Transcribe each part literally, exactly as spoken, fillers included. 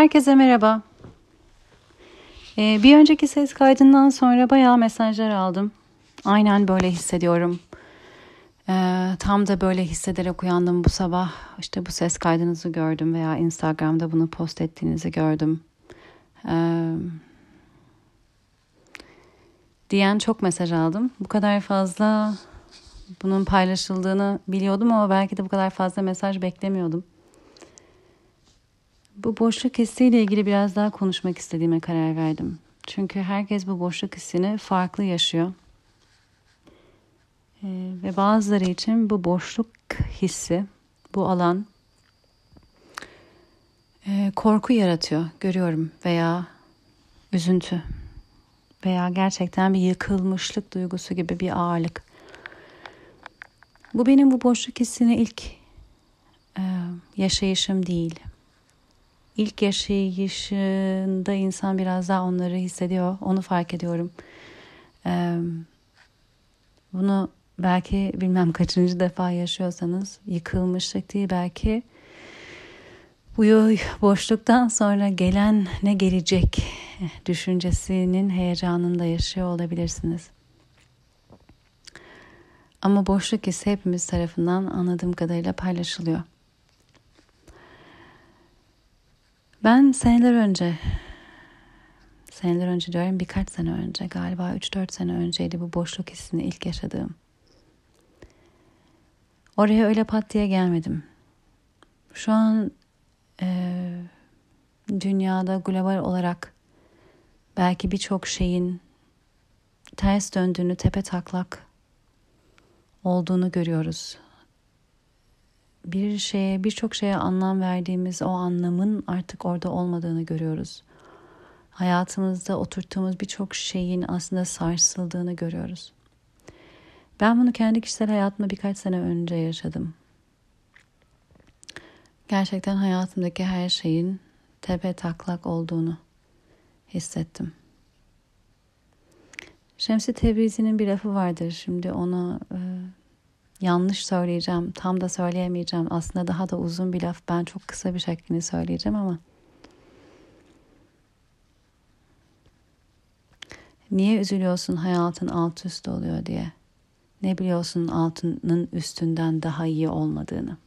Herkese merhaba. Ee, bir önceki ses kaydından sonra bayağı mesajlar aldım. Aynen böyle hissediyorum. Ee, tam da böyle hissederek uyandım bu sabah. İşte bu ses kaydınızı gördüm veya Instagram'da bunu post ettiğinizi gördüm. Ee, diyen çok mesaj aldım. Bu kadar fazla bunun paylaşıldığını biliyordum ama belki de bu kadar fazla mesaj beklemiyordum. Bu boşluk hissiyle ilgili biraz daha konuşmak istediğime karar verdim. Çünkü herkes bu boşluk hissini farklı yaşıyor. Ee, ve bazıları için bu boşluk hissi, bu alan e, korku yaratıyor, görüyorum, veya üzüntü veya gerçekten bir yıkılmışlık duygusu gibi bir ağırlık. Bu benim bu boşluk hissini ilk e, yaşayışım değil. İlk yaşayışında insan biraz daha onları hissediyor, onu fark ediyorum. Ee, bunu belki bilmem kaçıncı defa yaşıyorsanız yıkılmışlık değil, belki bu boşluktan sonra gelen ne gelecek düşüncesinin heyecanında yaşıyor olabilirsiniz. Ama boşluk hissi hepimiz tarafından anladığım kadarıyla paylaşılıyor. Ben seneler önce, seneler önce diyorum birkaç sene önce, galiba üç dört sene önceydi bu boşluk hissini ilk yaşadığım. Oraya öyle pat diye gelmedim. Şu an e, dünyada global olarak belki birçok şeyin ters döndüğünü, tepe taklak olduğunu görüyoruz. Bir şeye, birçok şeye anlam verdiğimiz o anlamın artık orada olmadığını görüyoruz. Hayatımızda oturttuğumuz birçok şeyin aslında sarsıldığını görüyoruz. Ben bunu kendi kişisel hayatımda birkaç sene önce yaşadım. Gerçekten hayatımdaki her şeyin tepe taklak olduğunu hissettim. Şemsi Tebrizi'nin bir lafı vardır. Şimdi onu e, yanlış söyleyeceğim. Tam da söyleyemeyeceğim. Aslında daha da uzun bir laf. Ben çok kısa bir şeklini söyleyeceğim ama. Niye üzülüyorsun hayatın alt üst oluyor diye? Ne biliyorsun altının üstünden daha iyi olmadığını?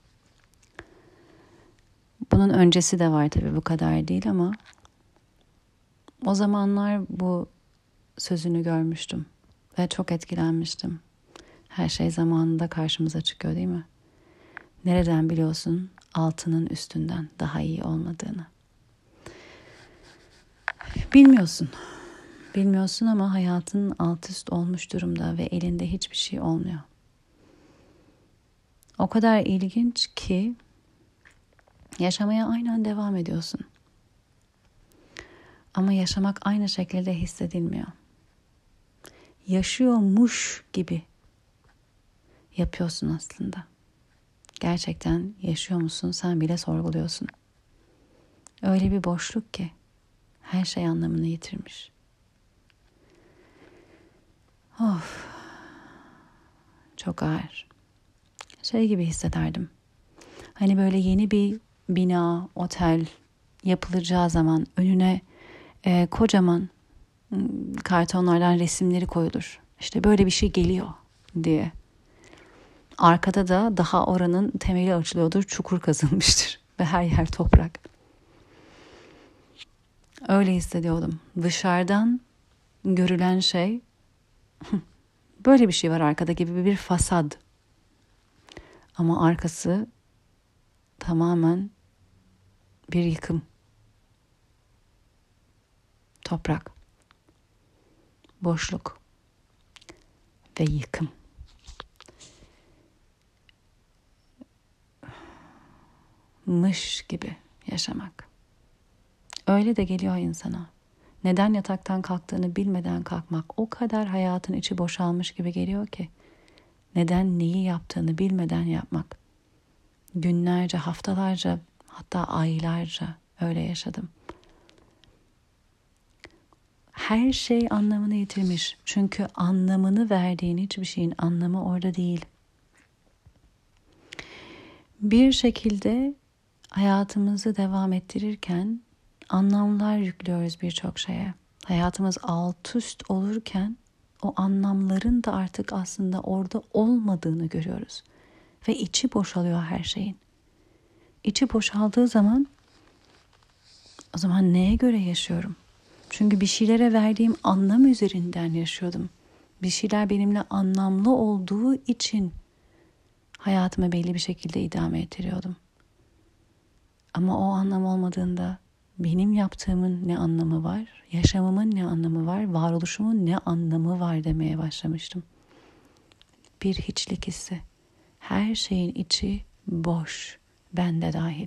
Bunun öncesi de var tabii, bu kadar değil ama o zamanlar bu sözünü görmüştüm ve çok etkilenmiştim. Her şey zamanında karşımıza çıkıyor, değil mi? Nereden biliyorsun altının üstünden daha iyi olmadığını? Bilmiyorsun. Bilmiyorsun ama hayatın alt üst olmuş durumda ve elinde hiçbir şey olmuyor. O kadar ilginç ki yaşamaya aynen devam ediyorsun. Ama yaşamak aynı şekilde hissedilmiyor. Yaşıyormuş gibi yapıyorsun aslında. Gerçekten yaşıyor musun sen bile sorguluyorsun. Öyle bir boşluk ki her şey anlamını yitirmiş. Of. Çok ağır. Şey gibi hissederdim. Hani böyle yeni bir bina, otel yapılacağı zaman önüne e, kocaman kartonlardan resimleri koyulur. İşte böyle bir şey geliyor diye. Arkada da daha oranın temeli açılıyordur, çukur kazılmıştır ve her yer toprak. Öyle hissediyordum. Dışarıdan görülen şey böyle bir şey var arkada gibi bir fasad. Ama arkası tamamen bir yıkım. Toprak, boşluk ve yıkım. Mış gibi yaşamak. Öyle de geliyor insana. Neden yataktan kalktığını bilmeden kalkmak o kadar hayatın içi boşalmış gibi geliyor ki. Neden neyi yaptığını bilmeden yapmak. Günlerce, haftalarca, hatta aylarca öyle yaşadım. Her şey anlamını yitirmiş. Çünkü anlamını verdiğin hiçbir şeyin anlamı orada değil. Bir şekilde hayatımızı devam ettirirken anlamlar yüklüyoruz birçok şeye. Hayatımız alt üst olurken o anlamların da artık aslında orada olmadığını görüyoruz. Ve içi boşalıyor her şeyin. İçi boşaldığı zaman o zaman neye göre yaşıyorum? Çünkü bir şeylere verdiğim anlam üzerinden yaşıyordum. Bir şeyler benimle anlamlı olduğu için hayatımı belli bir şekilde idame ettiriyordum. Ama o anlam olmadığında benim yaptığımın ne anlamı var, yaşamımın ne anlamı var, varoluşumun ne anlamı var demeye başlamıştım. Bir hiçlik hissi. Her şeyin içi boş, ben de dahil.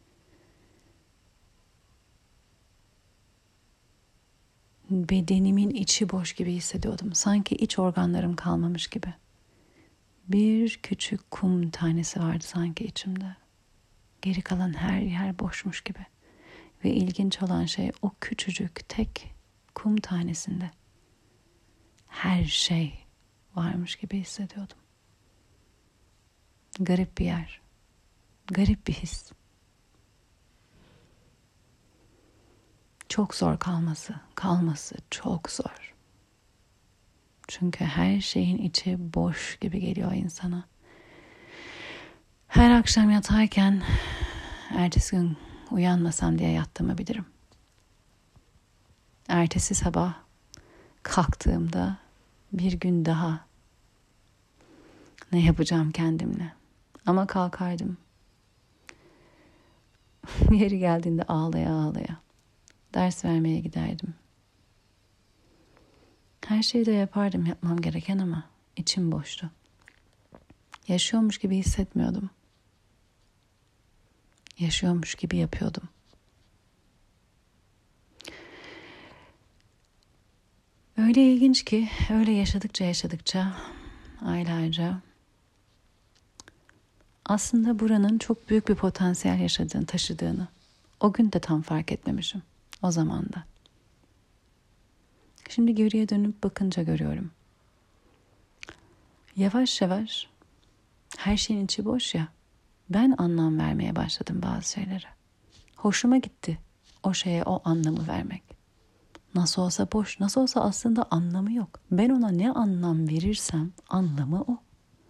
Bedenimin içi boş gibi hissediyordum. Sanki iç organlarım kalmamış gibi. Bir küçük kum tanesi vardı sanki içimde. Geri kalan her yer boşmuş gibi. Ve ilginç olan şey o küçücük tek kum tanesinde her şey varmış gibi hissediyordum. Garip bir yer. Garip bir his. Çok zor kalması, kalması çok zor. Çünkü her şeyin içi boş gibi geliyor insana. Her akşam yatarken ertesi gün uyanmasam diye yattığımı bilirim. Ertesi sabah kalktığımda bir gün daha ne yapacağım kendimle. Ama kalkardım. Yeri geldiğinde ağlaya ağlaya ders vermeye giderdim. Her şeyi de yapardım yapmam gereken ama içim boştu. Yaşıyormuş gibi hissetmiyordum. Yaşıyormuş gibi yapıyordum. Öyle ilginç ki öyle yaşadıkça yaşadıkça aylarca aslında buranın çok büyük bir potansiyel yaşadığını, taşıdığını o gün de tam fark etmemişim. O zaman da. Şimdi geriye dönüp bakınca görüyorum. Yavaş yavaş her şeyin içi boş ya. Ben anlam vermeye başladım bazı şeylere. Hoşuma gitti o şeye o anlamı vermek. Nasıl olsa boş, nasıl olsa aslında anlamı yok. Ben ona ne anlam verirsem anlamı o.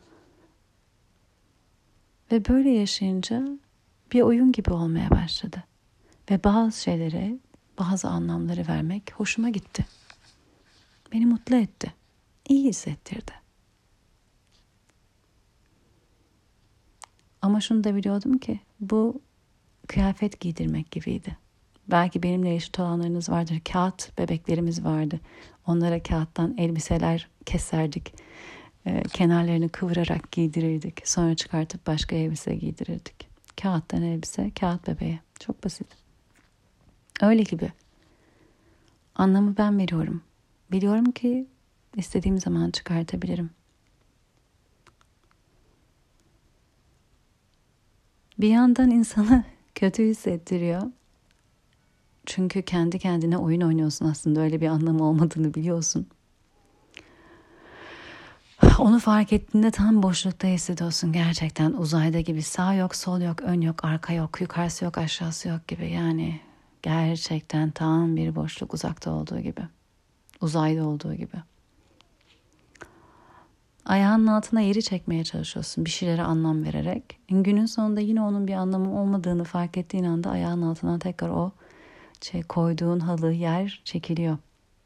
Ve böyle yaşayınca bir oyun gibi olmaya başladı. Ve bazı şeylere, bazı anlamları vermek hoşuma gitti. Beni mutlu etti. İyi hissettirdi. Ama şunu da biliyordum ki bu kıyafet giydirmek gibiydi. Belki benimle eşit olanlarınız vardır. Kağıt bebeklerimiz vardı. Onlara kağıttan elbiseler keserdik. Ee, kenarlarını kıvırarak giydirirdik. Sonra çıkartıp başka elbise giydirirdik. Kağıttan elbise, kağıt bebeğe. Çok basit. Öyle gibi. Anlamı ben veriyorum. Biliyorum ki istediğim zaman çıkartabilirim. Bir yandan insanı kötü hissettiriyor. Çünkü kendi kendine oyun oynuyorsun aslında. Öyle bir anlamı olmadığını biliyorsun. Onu fark ettiğinde tam boşlukta hissediyorsun gerçekten. Uzayda gibi sağ yok, sol yok, ön yok, arka yok, yukarısı yok, aşağısı yok gibi. Yani gerçekten tam bir boşluk, uzakta olduğu gibi. Uzayda olduğu gibi. Ayağının altına yeri çekmeye çalışıyorsun bir şeylere anlam vererek. Günün sonunda yine onun bir anlamı olmadığını fark ettiğin anda ayağının altına tekrar o şey koyduğun halı yer çekiliyor.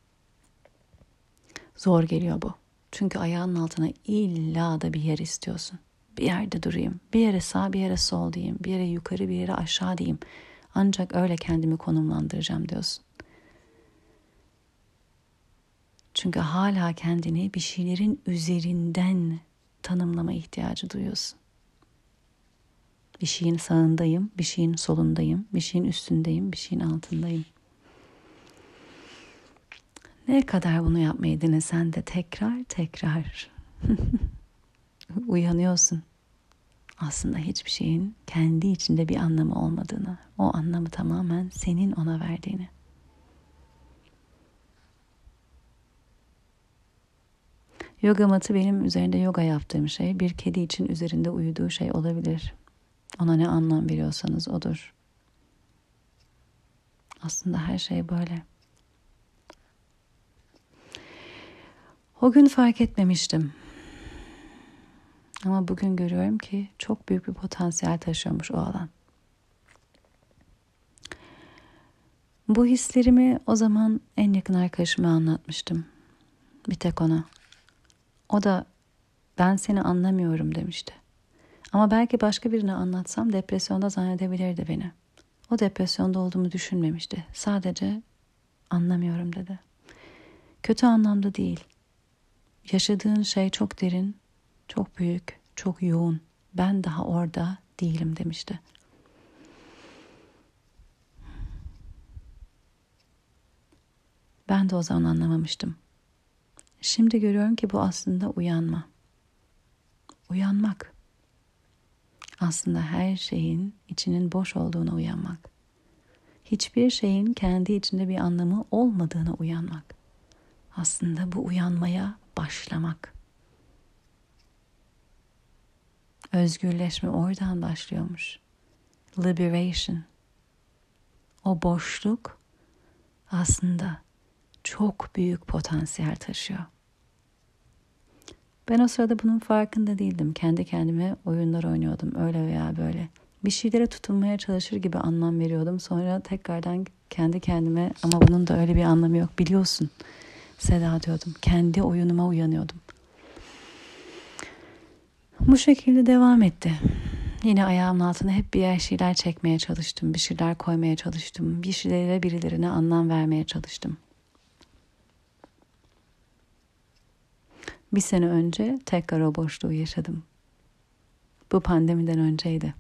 Zor geliyor bu. Çünkü ayağının altına illa da bir yer istiyorsun. Bir yerde durayım. Bir yere sağ, bir yere sol diyeyim. Bir yere yukarı, bir yere aşağı diyeyim. Ancak öyle kendimi konumlandıracağım diyorsun. Çünkü hala kendini bir şeylerin üzerinden tanımlama ihtiyacı duyuyorsun. Bir şeyin sağındayım, bir şeyin solundayım, bir şeyin üstündeyim, bir şeyin altındayım. Ne kadar bunu yapmayı denesen de tekrar tekrar uyanıyorsun. Aslında hiçbir şeyin kendi içinde bir anlamı olmadığını, o anlamı tamamen senin ona verdiğini. Yoga matı benim üzerinde yoga yaptığım şey. Bir kedi için üzerinde uyuduğu şey olabilir. Ona ne anlam veriyorsanız odur. Aslında her şey böyle. O gün fark etmemiştim. Ama bugün görüyorum ki çok büyük bir potansiyel taşıyormuş o alan. Bu hislerimi o zaman en yakın arkadaşıma anlatmıştım. Bir tek ona. O da ben seni anlamıyorum demişti. Ama belki başka birine anlatsam depresyonda zannedebilirdi beni. O depresyonda olduğumu düşünmemişti. Sadece anlamıyorum dedi. Kötü anlamda değil. Yaşadığın şey çok derin, çok büyük, çok yoğun. Ben daha orada değilim demişti. Ben de o zaman anlamamıştım. Şimdi görüyorum ki bu aslında uyanma. Uyanmak. Aslında her şeyin içinin boş olduğuna uyanmak. Hiçbir şeyin kendi içinde bir anlamı olmadığına uyanmak. Aslında bu uyanmaya başlamak. Özgürleşme oradan başlıyormuş. Liberation. O boşluk aslında çok büyük potansiyel taşıyor. Ben o sırada bunun farkında değildim. Kendi kendime oyunlar oynuyordum öyle veya böyle. Bir şeylere tutunmaya çalışır gibi anlam veriyordum. Sonra tekrardan kendi kendime ama bunun da öyle bir anlamı yok biliyorsun Seda diyordum. Kendi oyunuma uyanıyordum. Bu şekilde devam etti. Yine ayağımın altına hep bir şeyler çekmeye çalıştım. Bir şeyler koymaya çalıştım. Bir şeylere birilerine anlam vermeye çalıştım. Bir sene önce tekrar o boşluğu yaşadım. Bu pandemiden önceydi.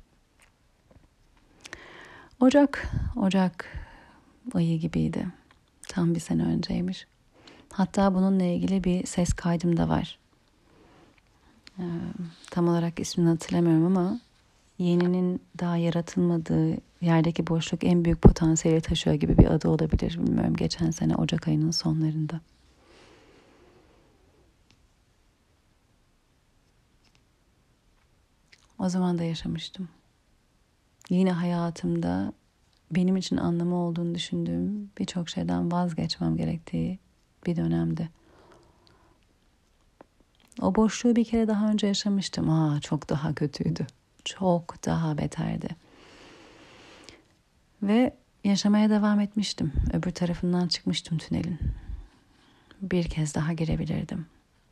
Ocak, Ocak ayı gibiydi. Tam bir sene önceymiş. Hatta bununla ilgili bir ses kaydım da var. Ee, tam olarak ismini hatırlamıyorum ama yeninin daha yaratılmadığı yerdeki boşluk en büyük potansiyeli taşıyor gibi bir adı olabilir. Bilmiyorum, geçen sene Ocak ayının sonlarında. O zaman da yaşamıştım. Yine hayatımda benim için anlamı olduğunu düşündüğüm birçok şeyden vazgeçmem gerektiği bir dönemdi. O boşluğu bir kere daha önce yaşamıştım. Aa, çok daha kötüydü. Çok daha beterdi. Ve yaşamaya devam etmiştim. Öbür tarafından çıkmıştım tünelin. Bir kez daha girebilirdim.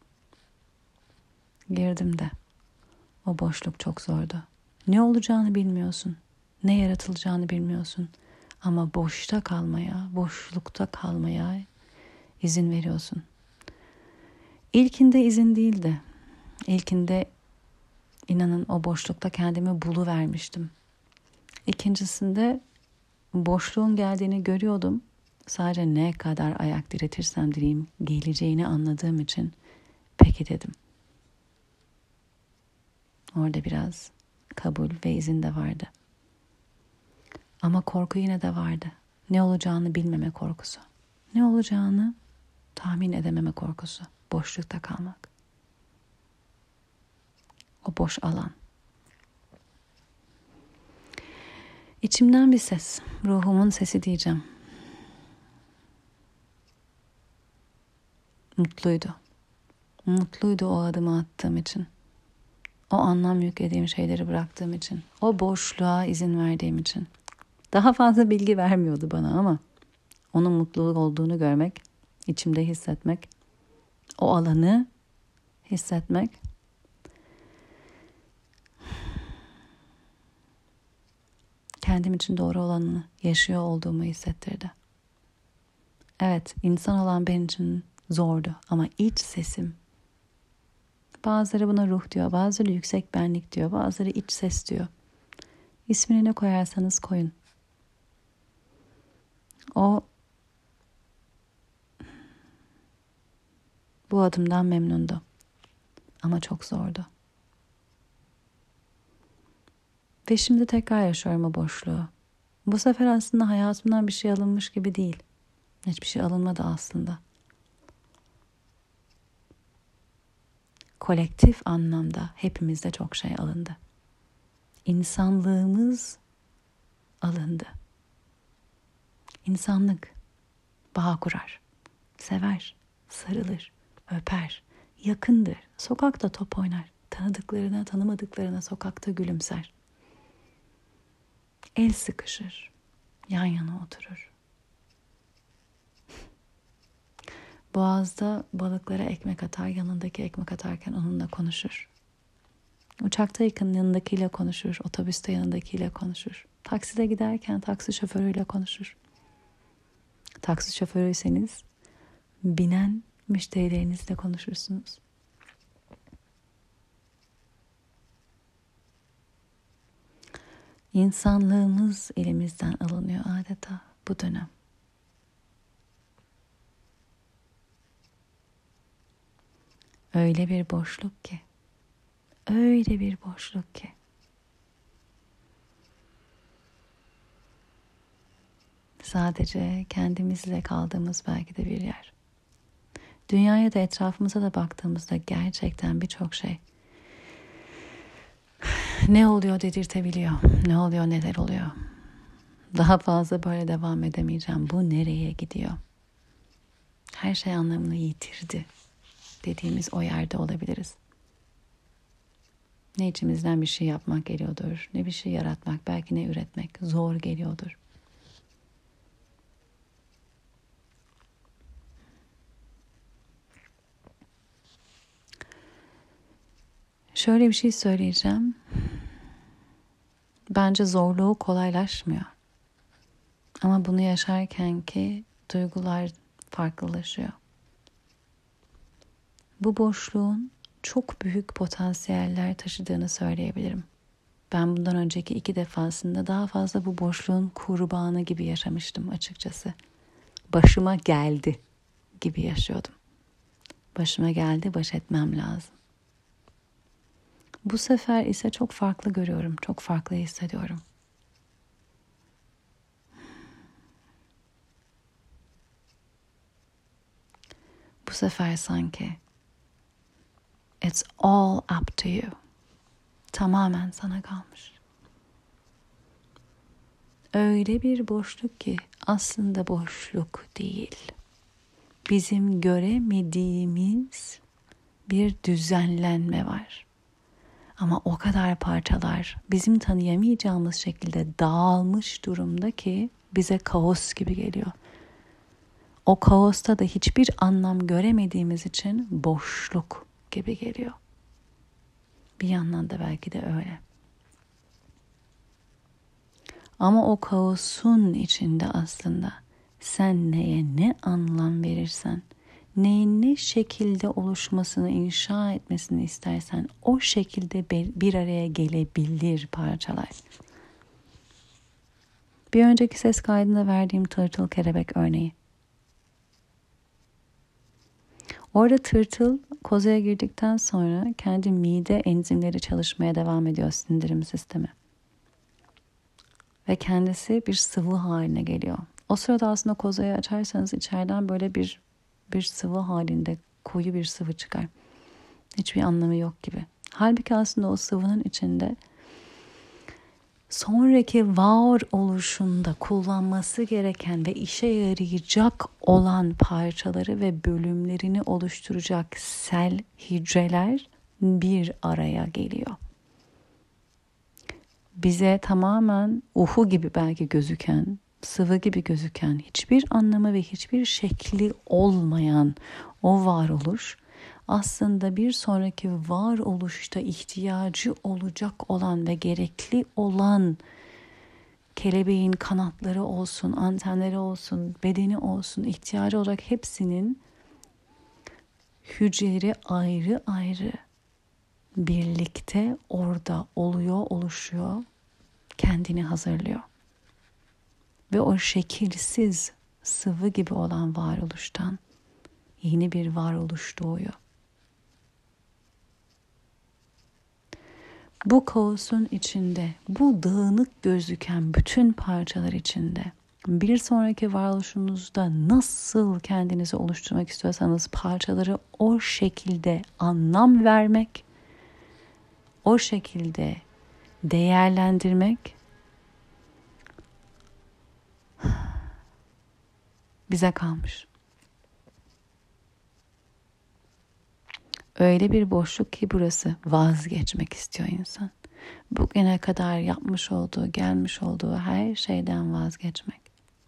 Girdim de. O boşluk çok zordu. Ne olacağını bilmiyorsun. Ne yaratılacağını bilmiyorsun. Ama boşta kalmaya, boşlukta kalmaya izin veriyorsun. İlkinde izin değildi. İlkinde inanın o boşlukta kendimi buluvermiştim. İkincisinde boşluğun geldiğini görüyordum. Sadece ne kadar ayak diretirsem direyim geleceğini anladığım için peki dedim. Orada biraz kabul ve izin de vardı. Ama korku yine de vardı. Ne olacağını bilmeme korkusu. Ne olacağını tahmin edememe korkusu. Boşlukta kalmak. O boş alan. İçimden bir ses. Ruhumun sesi diyeceğim. Mutluydu. Mutluydu o adımı attığım için. O anlam yüklediğim şeyleri bıraktığım için. O boşluğa izin verdiğim için. Daha fazla bilgi vermiyordu bana ama onun mutlu olduğunu görmek, içimde hissetmek, o alanı hissetmek kendim için doğru olanını yaşıyor olduğumu hissettirdi. Evet, insan olan benim için zordu ama iç sesim, bazıları buna ruh diyor, bazıları yüksek benlik diyor, bazıları iç ses diyor. İsmini ne koyarsanız koyun. O bu adımdan memnundu ama çok zordu. Ve şimdi tekrar yaşıyorum o boşluğu. Bu sefer aslında hayatımdan bir şey alınmış gibi değil. Hiçbir şey alınmadı aslında. Kolektif anlamda hepimizde çok şey alındı. İnsanlığımız alındı. İnsanlık bağ kurar, sever, sarılır, öper, yakındır, sokakta top oynar, tanıdıklarına tanımadıklarına sokakta gülümser. El sıkışır, yan yana oturur. Boğazda balıklara ekmek atar, yanındaki ekmek atarken onunla konuşur. Uçakta yanındakiyle konuşur, otobüste yanındakiyle konuşur. Takside giderken taksi şoförüyle konuşur. Taksi şoförüyseniz binen müşterilerinizle konuşursunuz. İnsanlığımız elimizden alınıyor adeta bu dönem. Öyle bir boşluk ki, öyle bir boşluk ki. Sadece kendimizle kaldığımız belki de bir yer. Dünyaya da etrafımıza da baktığımızda gerçekten birçok şey ne oluyor dedirtebiliyor. Ne oluyor, neler oluyor. Daha fazla böyle devam edemeyeceğim. Bu nereye gidiyor? Her şey anlamını yitirdi dediğimiz o yerde olabiliriz. Ne içimizden bir şey yapmak geliyordur, ne bir şey yaratmak, belki ne üretmek zor geliyordur. Şöyle bir şey söyleyeceğim. Bence zorluğu kolaylaşmıyor. Ama bunu yaşarken ki duygular farklılaşıyor. Bu boşluğun çok büyük potansiyeller taşıdığını söyleyebilirim. Ben bundan önceki iki defasında daha fazla bu boşluğun kurbanı gibi yaşamıştım açıkçası. Başıma geldi gibi yaşıyordum. Başıma geldi, baş etmem lazım. Bu sefer ise çok farklı görüyorum, çok farklı hissediyorum. Bu sefer sanki it's all up to you. Tamamen sana kalmış. Öyle bir boşluk ki aslında boşluk değil. Bizim göremediğimiz bir düzenlenme var. Ama o kadar parçalar bizim tanıyamayacağımız şekilde dağılmış durumda ki bize kaos gibi geliyor. O kaosta da hiçbir anlam göremediğimiz için boşluk gibi geliyor. Bir yandan da belki de öyle. Ama o kaosun içinde aslında sen neye ne anlam verirsen, neyin ne şekilde oluşmasını, inşa etmesini istersen o şekilde bir araya gelebilir parçalar. Bir önceki ses kaydında verdiğim tırtıl kelebek örneği. Orada tırtıl kozaya girdikten sonra kendi mide enzimleri çalışmaya devam ediyor, sindirim sistemi. Ve kendisi bir sıvı haline geliyor. O sırada aslında kozayı açarsanız içeriden böyle bir bir sıvı halinde koyu bir sıvı çıkar. Hiçbir anlamı yok gibi. Halbuki aslında o sıvının içinde sonraki var oluşunda kullanması gereken ve işe yarayacak olan parçaları ve bölümlerini oluşturacak sel, hücreler bir araya geliyor. Bize tamamen uhu gibi belki gözüken, sıvı gibi gözüken, hiçbir anlamı ve hiçbir şekli olmayan o varoluş aslında bir sonraki varoluşta ihtiyacı olacak olan ve gerekli olan kelebeğin kanatları olsun, antenleri olsun, bedeni olsun, ihtiyacı olacak hepsinin hücreleri ayrı ayrı birlikte orada oluyor, oluşuyor, kendini hazırlıyor. Ve o şekilsiz, sıvı gibi olan varoluştan yeni bir varoluş doğuyor. Bu kaosun içinde, bu dağınık gözüken bütün parçalar içinde bir sonraki varoluşunuzda nasıl kendinizi oluşturmak istiyorsanız parçaları o şekilde anlam vermek, o şekilde değerlendirmek Bize kalmış. Öyle bir boşluk ki burası, vazgeçmek istiyor insan. Bugüne kadar yapmış olduğu, gelmiş olduğu her şeyden vazgeçmek.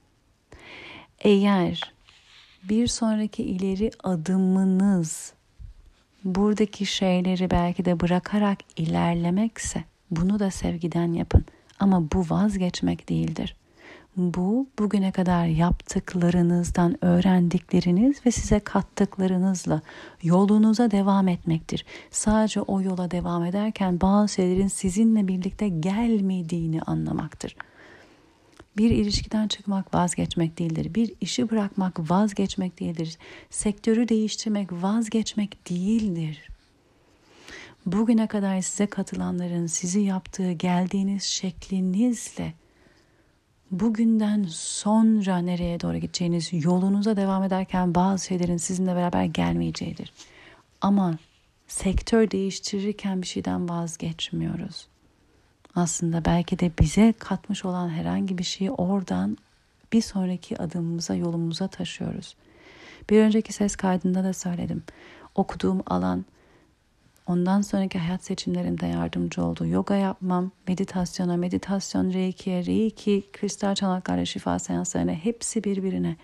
Eğer bir sonraki ileri adımınız buradaki şeyleri belki de bırakarak ilerlemekse, bunu da sevgiden yapın. Ama bu vazgeçmek değildir. Bu bugüne kadar yaptıklarınızdan öğrendikleriniz ve size kattıklarınızla yolunuza devam etmektir. Sadece o yola devam ederken bazı şeylerin sizinle birlikte gelmediğini anlamaktır. Bir ilişkiden çıkmak vazgeçmek değildir. Bir işi bırakmak vazgeçmek değildir. Sektörü değiştirmek vazgeçmek değildir. Bugüne kadar size katılanların sizi yaptığı geldiğiniz şeklinizle bugünden sonra nereye doğru gideceğiniz, yolunuza devam ederken bazı şeylerin sizinle beraber gelmeyeceğidir. Ama sektör değiştirirken bir şeyden vazgeçmiyoruz. Aslında belki de bize katmış olan herhangi bir şeyi oradan bir sonraki adımımıza, yolumuza taşıyoruz. Bir önceki ses kaydında da söyledim. Okuduğum alan ondan sonraki hayat seçimlerimde yardımcı oldu. Yoga yapmam, meditasyona, meditasyon reiki'ye, reiki, kristal çanaklarla şifa seanslarına, hepsi birbirine.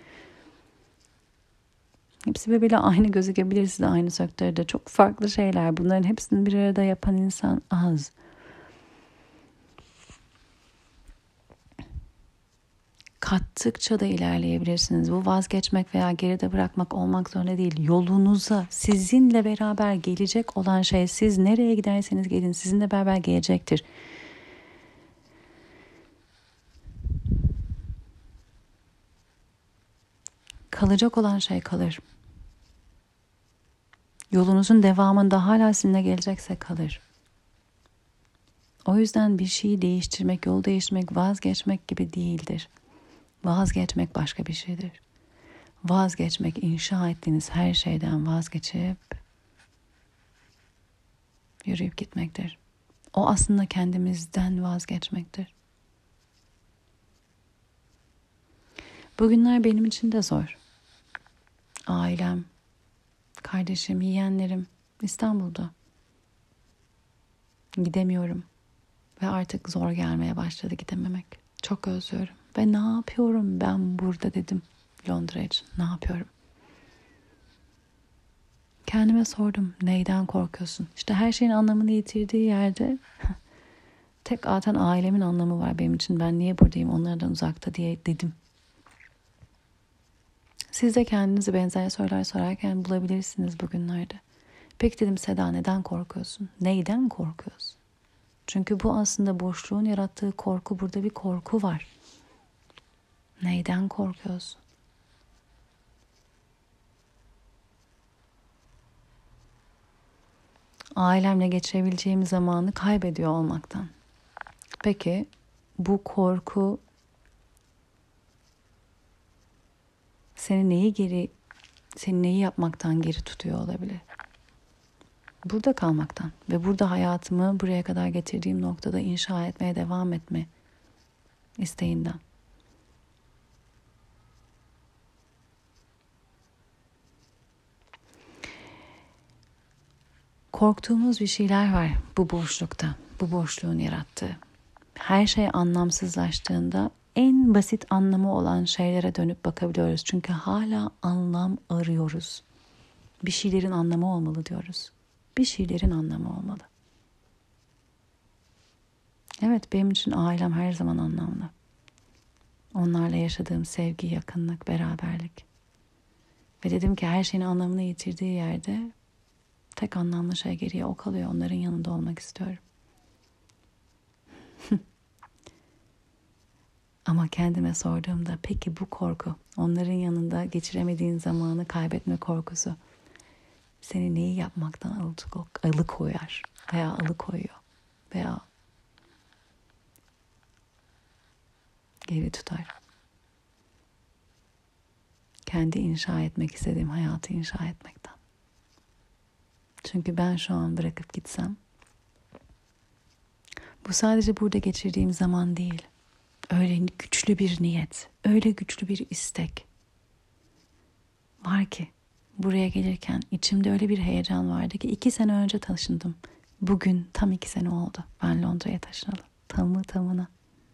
Hepsi birbiriyle aynı gözükebilir size aynı sektörde. Çok farklı şeyler. Bunların hepsini bir arada yapan insan az. Kattıkça da ilerleyebilirsiniz. Bu vazgeçmek veya geride bırakmak olmak zorunda değil. Yolunuza, sizinle beraber gelecek olan şey, siz nereye giderseniz gidin, sizinle beraber gelecektir. Kalacak olan şey kalır. Yolunuzun devamında hala sizinle gelecekse kalır. O yüzden bir şeyi değiştirmek, yol değiştirmek, vazgeçmek gibi değildir. Vazgeçmek başka bir şeydir. Vazgeçmek, inşa ettiğiniz her şeyden vazgeçip yürüyüp gitmektir. O aslında kendimizden vazgeçmektir. Bugünler benim için de zor. Ailem, kardeşim, yeğenlerim İstanbul'da. Gidemiyorum. Ve artık zor gelmeye başladı gidememek. Çok özlüyorum. Ve ne yapıyorum ben burada dedim Londra için. Ne yapıyorum? Kendime sordum. Neyden korkuyorsun? İşte her şeyin anlamını yitirdiği yerde tek zaten ailemin anlamı var benim için. Ben niye buradayım onlardan uzakta diye dedim. Siz de kendinizi benzer sorular sorarken bulabilirsiniz bugünlerde. Peki dedim Seda, neden korkuyorsun? Neyden korkuyorsun? Çünkü bu aslında boşluğun yarattığı korku, burada bir korku var. Neyden korkuyorsun? Ailemle geçirebileceğim zamanı kaybediyor olmaktan. Peki bu korku seni neyi geri, seni neyi yapmaktan geri tutuyor olabilir? Burada kalmaktan ve burada hayatımı buraya kadar getirdiğim noktada inşa etmeye devam etme isteğinden. Korktuğumuz bir şeyler var bu boşlukta, bu boşluğun yarattığı. Her şey anlamsızlaştığında en basit anlamı olan şeylere dönüp bakabiliyoruz. Çünkü hala anlam arıyoruz. Bir şeylerin anlamı olmalı diyoruz. Bir şeylerin anlamı olmalı. Evet, benim için ailem her zaman anlamlı. Onlarla yaşadığım sevgi, yakınlık, beraberlik. Ve dedim ki her şeyin anlamını yitirdiği yerde tek anlamlı şey geriye o kalıyor. Onların yanında olmak istiyorum. Ama kendime sorduğumda peki bu korku, onların yanında geçiremediğin zamanı kaybetme korkusu seni neyi yapmaktan alıkoyar veya alıkoyuyor veya geri tutar. Kendi inşa etmek istediğim hayatı inşa etmekten. Çünkü ben şu an bırakıp gitsem bu sadece burada geçirdiğim zaman değil. Öyle güçlü bir niyet, öyle güçlü bir istek. var ki buraya gelirken içimde öyle bir heyecan vardı ki iki sene önce taşındım. Bugün tam iki sene oldu ben Londra'ya taşınalı. Tamı tamına.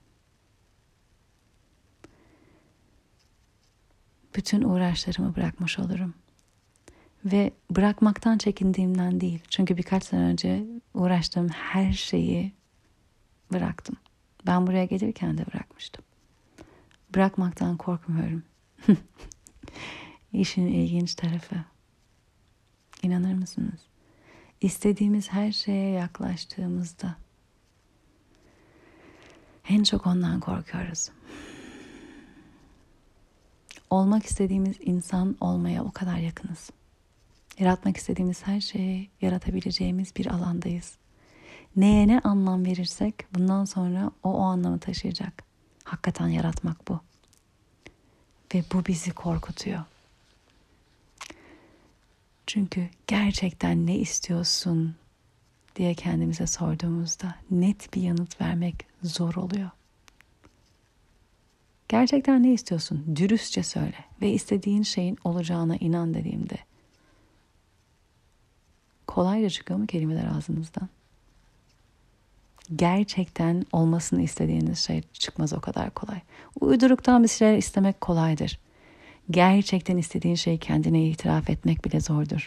Bütün uğraşlarımı bırakmış olurum. Ve bırakmaktan çekindiğimden değil. Çünkü birkaç sene önce uğraştığım her şeyi bıraktım. Ben buraya gelirken de bırakmıştım. Bırakmaktan korkmuyorum. İşin ilginç tarafı. İnanır mısınız? İstediğimiz her şeye yaklaştığımızda en çok ondan korkuyoruz. Olmak istediğimiz insan olmaya o kadar yakınız. Yaratmak istediğimiz her şeyi yaratabileceğimiz bir alandayız. Neye ne anlam verirsek bundan sonra o o anlamı taşıyacak. Hakikaten yaratmak bu. Ve bu bizi korkutuyor. Çünkü gerçekten ne istiyorsun diye kendimize sorduğumuzda net bir yanıt vermek zor oluyor. Gerçekten ne istiyorsun? Dürüstçe söyle ve istediğin şeyin olacağına inan dediğimde kolayca çıkıyor mu kelimeler ağzınızdan? Gerçekten olmasını istediğiniz şey çıkmaz o kadar kolay. Uyduruktan bir şeyler istemek kolaydır. Gerçekten istediğin şeyi kendine itiraf etmek bile zordur.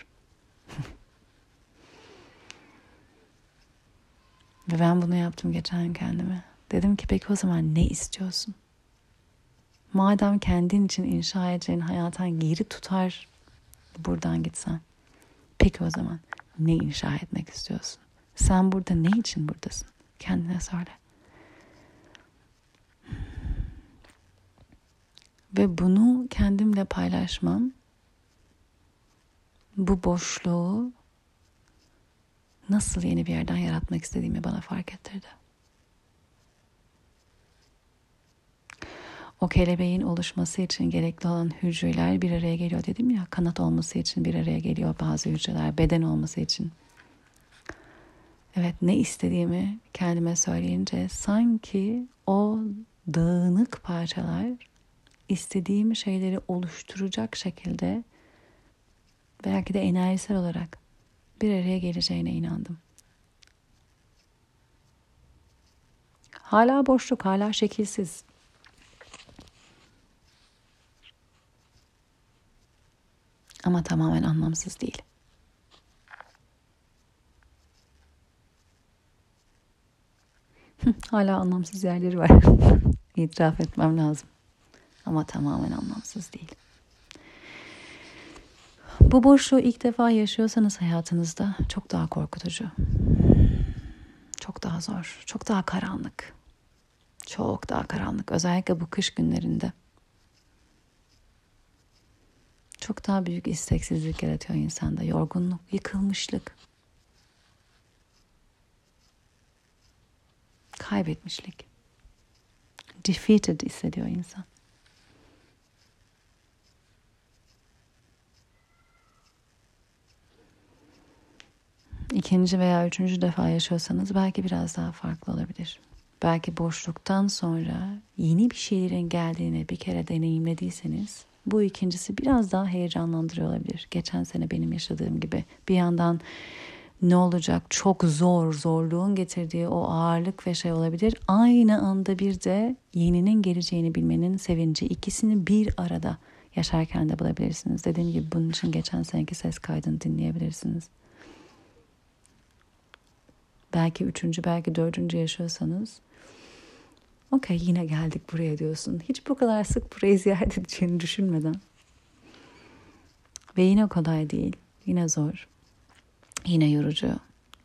Ve ben bunu yaptım geçen kendime. Dedim ki peki o zaman ne istiyorsun? Madem kendin için inşa edeceğin hayattan geri tutar buradan gitsen. Peki o zaman ne inşa etmek istiyorsun? Sen burada ne için buradasın? Kendine söyle. Ve bunu kendimle paylaşmam bu boşluğu nasıl yeni bir yerden yaratmak istediğimi bana fark ettirdi. O kelebeğin oluşması için gerekli olan hücreler bir araya geliyor dedim ya. Kanat olması için bir araya geliyor bazı hücreler, beden olması için. Evet, ne istediğimi kendime söyleyince sanki o dağınık parçalar istediğim şeyleri oluşturacak şekilde belki de enerjisel olarak bir araya geleceğine inandım. Hala boşluk, hala şekilsiz. Ama tamamen anlamsız değil. Hala anlamsız yerleri var. İtiraf etmem lazım. Ama tamamen anlamsız değil. Bu boşluğu ilk defa yaşıyorsanız hayatınızda çok daha korkutucu. Çok daha zor, çok daha karanlık. Çok daha karanlık. Özellikle bu kış günlerinde. Çok daha büyük isteksizlik yaratıyor insanda. Yorgunluk, yıkılmışlık. Kaybetmişlik. Defeated hissediyor insan. İkinci veya üçüncü defa yaşıyorsanız belki biraz daha farklı olabilir. Belki boşluktan sonra yeni bir şeylerin geldiğini bir kere deneyimlediyseniz bu ikincisi biraz daha heyecanlandırıyor olabilir. Geçen sene benim yaşadığım gibi bir yandan ne olacak çok zor, zorluğun getirdiği o ağırlık ve şey olabilir. Aynı anda bir de yeninin geleceğini bilmenin sevinci, ikisini bir arada yaşarken de bulabilirsiniz. Dediğim gibi bunun için geçen seneki ses kaydını dinleyebilirsiniz. Belki üçüncü, belki dördüncü yaşıyorsanız okey yine geldik buraya diyorsun. Hiç bu kadar sık burayı ziyaret edeceğini düşünmeden. Ve yine kolay değil. Yine zor. Yine yorucu.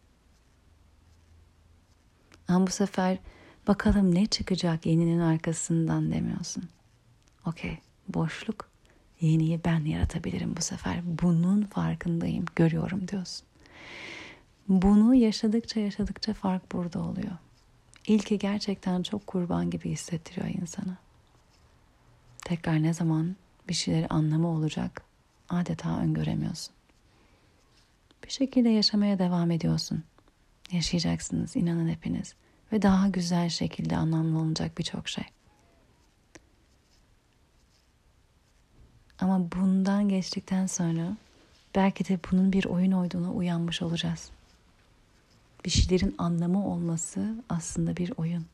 Ama bu sefer bakalım ne çıkacak yeninin arkasından demiyorsun. Okey, boşluk. Yeniyi ben yaratabilirim bu sefer. Bunun farkındayım, görüyorum diyorsun. Bunu yaşadıkça yaşadıkça fark burada oluyor. İlki gerçekten çok kurban gibi hissettiriyor insana. Tekrar ne zaman bir şeyleri anlamı olacak adeta öngöremiyorsun. Bir şekilde yaşamaya devam ediyorsun. Yaşayacaksınız inanın hepiniz. Ve daha güzel şekilde anlamlı olacak birçok şey. Ama bundan geçtikten sonra belki de bunun bir oyun olduğuna uyanmış olacağız. Bir şeylerin anlamı olması aslında bir oyun.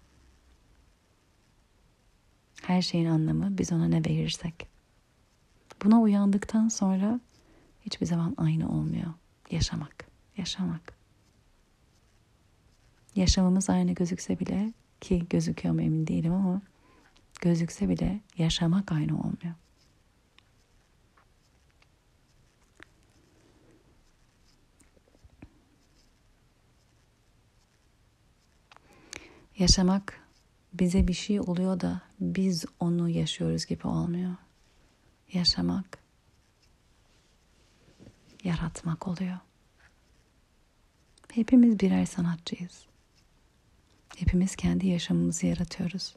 Her şeyin anlamı biz ona ne verirsek. Buna uyandıktan sonra hiçbir zaman aynı olmuyor. Yaşamak, yaşamak. Yaşamamız aynı gözükse bile, ki gözüküyor mu emin değilim ama gözükse bile yaşamak aynı olmuyor. Yaşamak bize bir şey oluyor da biz onu yaşıyoruz gibi olmuyor. Yaşamak, yaratmak oluyor. Hepimiz birer sanatçıyız. Hepimiz kendi yaşamımızı yaratıyoruz.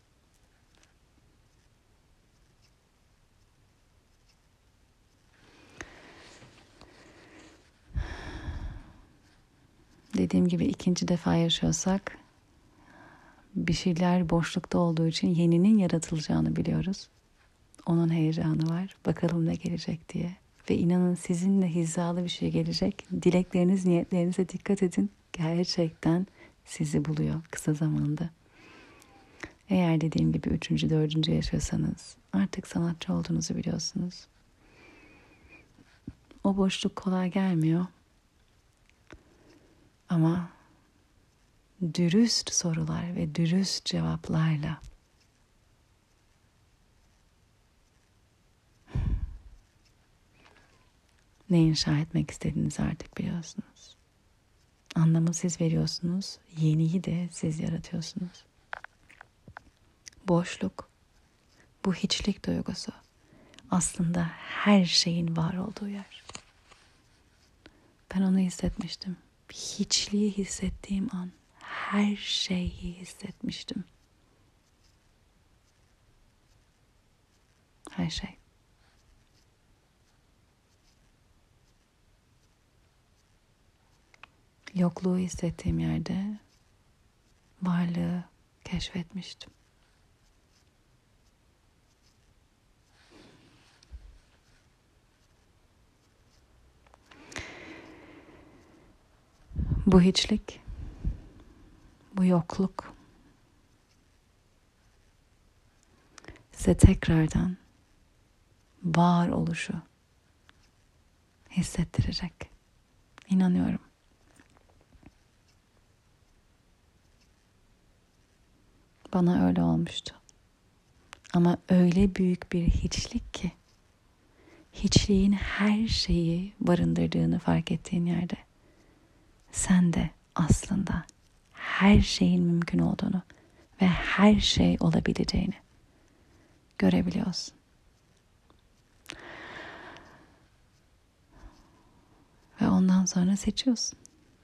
Dediğim gibi ikinci defa yaşıyorsak bir şeyler boşlukta olduğu için yeninin yaratılacağını biliyoruz. Onun heyecanı var. Bakalım ne gelecek diye. Ve inanın sizinle hizalı bir şey gelecek. Dilekleriniz, niyetlerinize dikkat edin. Gerçekten sizi buluyor kısa zamanda. Eğer dediğim gibi üçüncü, dördüncü yaşıyorsanız artık sanatçı olduğunuzu biliyorsunuz. O boşluk kolay gelmiyor. Ama dürüst sorular ve dürüst cevaplarla ne inşa etmek istediğinizi artık biliyorsunuz. Anlamı siz veriyorsunuz, yeniyi de siz yaratıyorsunuz. Boşluk, bu hiçlik duygusu aslında her şeyin var olduğu yer. Ben onu hissetmiştim. Hiçliği hissettiğim an her şeyi hissetmiştim. Her şey. Yokluğu hissettiğim yerde varlığı keşfetmiştim. Bu hiçlik, bu yokluk size tekrardan var oluşu hissettirecek. İnanıyorum. Bana öyle olmuştu. Ama öyle büyük bir hiçlik ki, hiçliğin her şeyi barındırdığını fark ettiğin yerde, sen de aslında her şeyin mümkün olduğunu ve her şey olabileceğini görebiliyorsun. Ve ondan sonra seçiyorsun.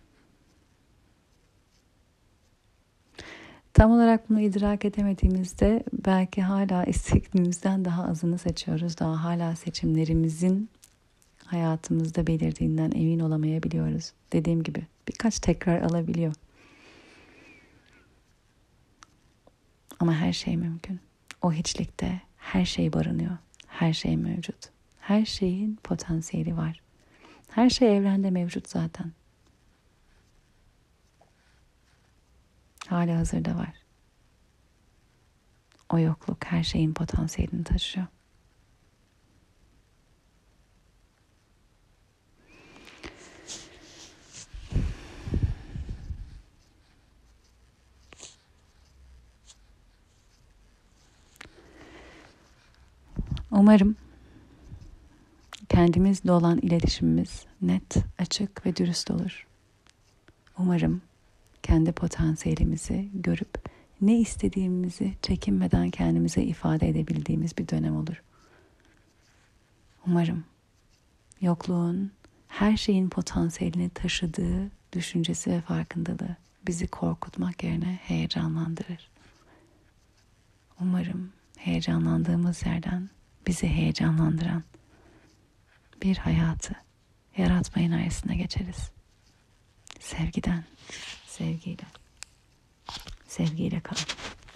Tam olarak bunu idrak edemediğimizde belki hala istediğimizden daha azını seçiyoruz. Daha hala seçimlerimizin hayatımızda belirdiğinden emin olamayabiliyoruz. Dediğim gibi birkaç tekrar alabiliyor. Ama her şey mümkün. O hiçlikte her şey barınıyor. Her şey mevcut. Her şeyin potansiyeli var. Her şey evrende mevcut zaten. Hala hazırda var. O yokluk her şeyin potansiyelini taşıyor. Umarım kendimizle olan iletişimimiz net, açık ve dürüst olur. Umarım kendi potansiyelimizi görüp ne istediğimizi çekinmeden kendimize ifade edebildiğimiz bir dönem olur. Umarım yokluğun her şeyin potansiyelini taşıdığı düşüncesi ve farkındalığı bizi korkutmak yerine heyecanlandırır. Umarım heyecanlandığımız yerden bizi heyecanlandıran bir hayatı yaratma enerjisine geçeriz. Sevgiden, sevgiyle, sevgiyle kalın.